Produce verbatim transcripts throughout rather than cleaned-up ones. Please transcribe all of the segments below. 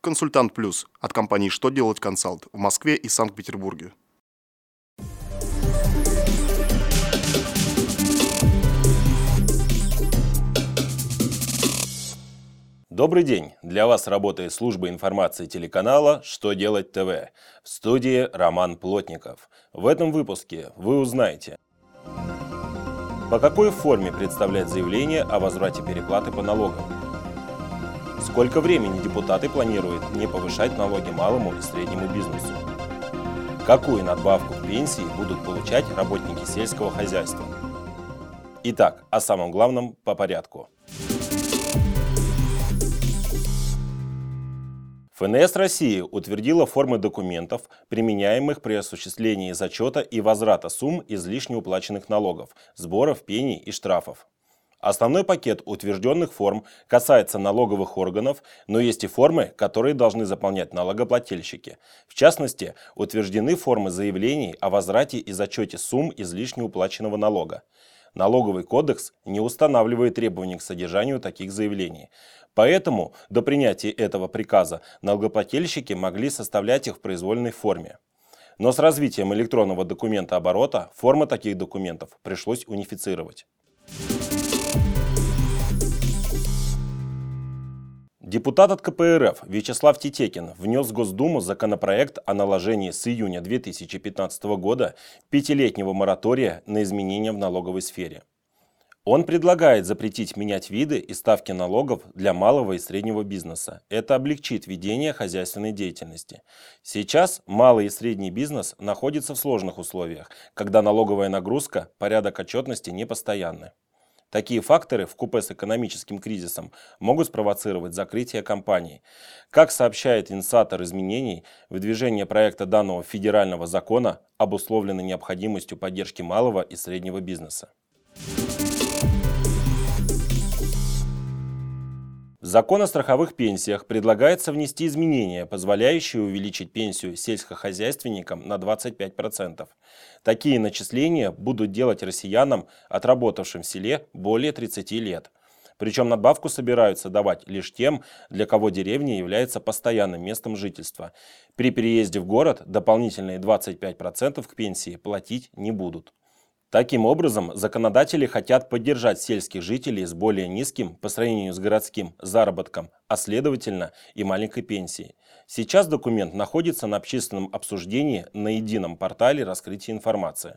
Консультант Плюс от компании «Что делать консалт» в Москве и Санкт-Петербурге. Добрый день! Для вас работает служба информации телеканала «Что делать ТВ». В студии Роман Плотников. В этом выпуске вы узнаете, по какой форме представлять заявление о возврате переплаты по налогам, сколько времени депутаты планируют не повышать налоги малому и среднему бизнесу, какую надбавку к пенсии будут получать работники сельского хозяйства. Итак, о самом главном по порядку. ФНС России утвердила формы документов, применяемых при осуществлении зачета и возврата сумм излишне уплаченных налогов, сборов, пений и штрафов. Основной пакет утвержденных форм касается налоговых органов, но есть и формы, которые должны заполнять налогоплательщики. В частности, утверждены формы заявлений о возврате и зачете сумм излишне уплаченного налога. Налоговый кодекс не устанавливает требований к содержанию таких заявлений. Поэтому до принятия этого приказа налогоплательщики могли составлять их в произвольной форме. Но с развитием электронного документооборота формы таких документов пришлось унифицировать. Депутат от ка пэ эр эф Вячеслав Титекин внес в Госдуму законопроект о наложении с июня две тысячи пятнадцатого года пятилетнего моратория на изменения в налоговой сфере. Он предлагает запретить менять виды и ставки налогов для малого и среднего бизнеса. Это облегчит ведение хозяйственной деятельности. Сейчас малый и средний бизнес находится в сложных условиях, когда налоговая нагрузка, порядок отчетности непостоянны. Такие факторы вкупе с экономическим кризисом могут спровоцировать закрытие компаний. Как сообщает инициатор изменений, выдвижение проекта данного федерального закона обусловлено необходимостью поддержки малого и среднего бизнеса. В закон о страховых пенсиях предлагается внести изменения, позволяющие увеличить пенсию сельскохозяйственникам на двадцать пять процентов. Такие начисления будут делать россиянам, отработавшим в селе более тридцати лет. Причем надбавку собираются давать лишь тем, для кого деревня является постоянным местом жительства. При переезде в город дополнительные двадцать пять процентов к пенсии платить не будут. Таким образом, законодатели хотят поддержать сельских жителей с более низким по сравнению с городским заработком, а следовательно и маленькой пенсией. Сейчас документ находится на общественном обсуждении на едином портале раскрытия информации.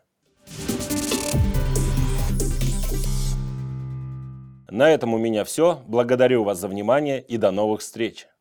На этом у меня все. Благодарю вас за внимание и до новых встреч!